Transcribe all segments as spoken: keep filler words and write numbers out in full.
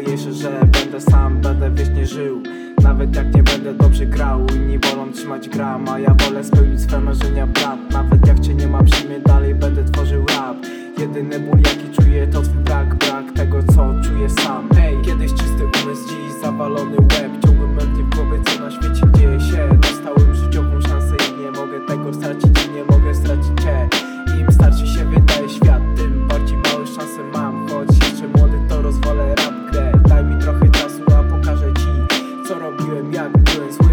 Najważniejsze, że będę sam, będę wiecznie żył. Nawet jak nie będę dobrze grał, inni wolą trzymać gram, a ja wolę spełnić swe marzenia, brat. Nawet jak cię nie ma przy mnie, dalej będę tworzył rap. Jedyny ból jaki czuję to twój brak, brak tego co czuję sam. Hej, kiedyś czysty umysł, dziś zawalony łeb. Ciągłym mętnie w głowie co na świecie dzieje się. Dostałem życiową szansę i nie mogę tego stracić i nie mogę stracić cię. Im starszy się wydaje świat, tym bardziej małe szanse mam. Choć jeszcze młody to rozwalę rap grę. Daj mi trochę czasu, a pokażę ci co robiłem jak byłem zły.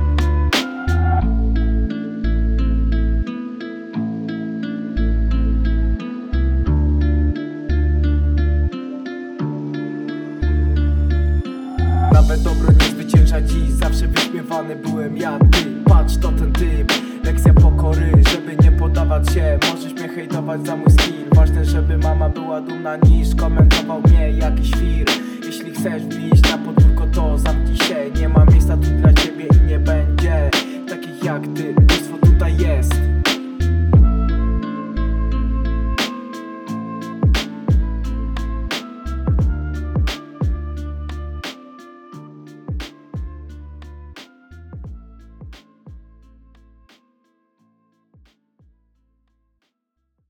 Nawet dobro nie zwycięża dziś, zawsze wyśmiewany byłem ja, ty. Patrz to ten typ, lekcja pokory, żeby nie podawać się. Możesz mnie hejtować za mój skill, ważne żeby mama była dumna niż komentował mnie jakiś świr. Jeśli chcesz wbić na podwórko to zamknij się, nie ma miejsca tu dla ciebie i nie będzie takich jak ty.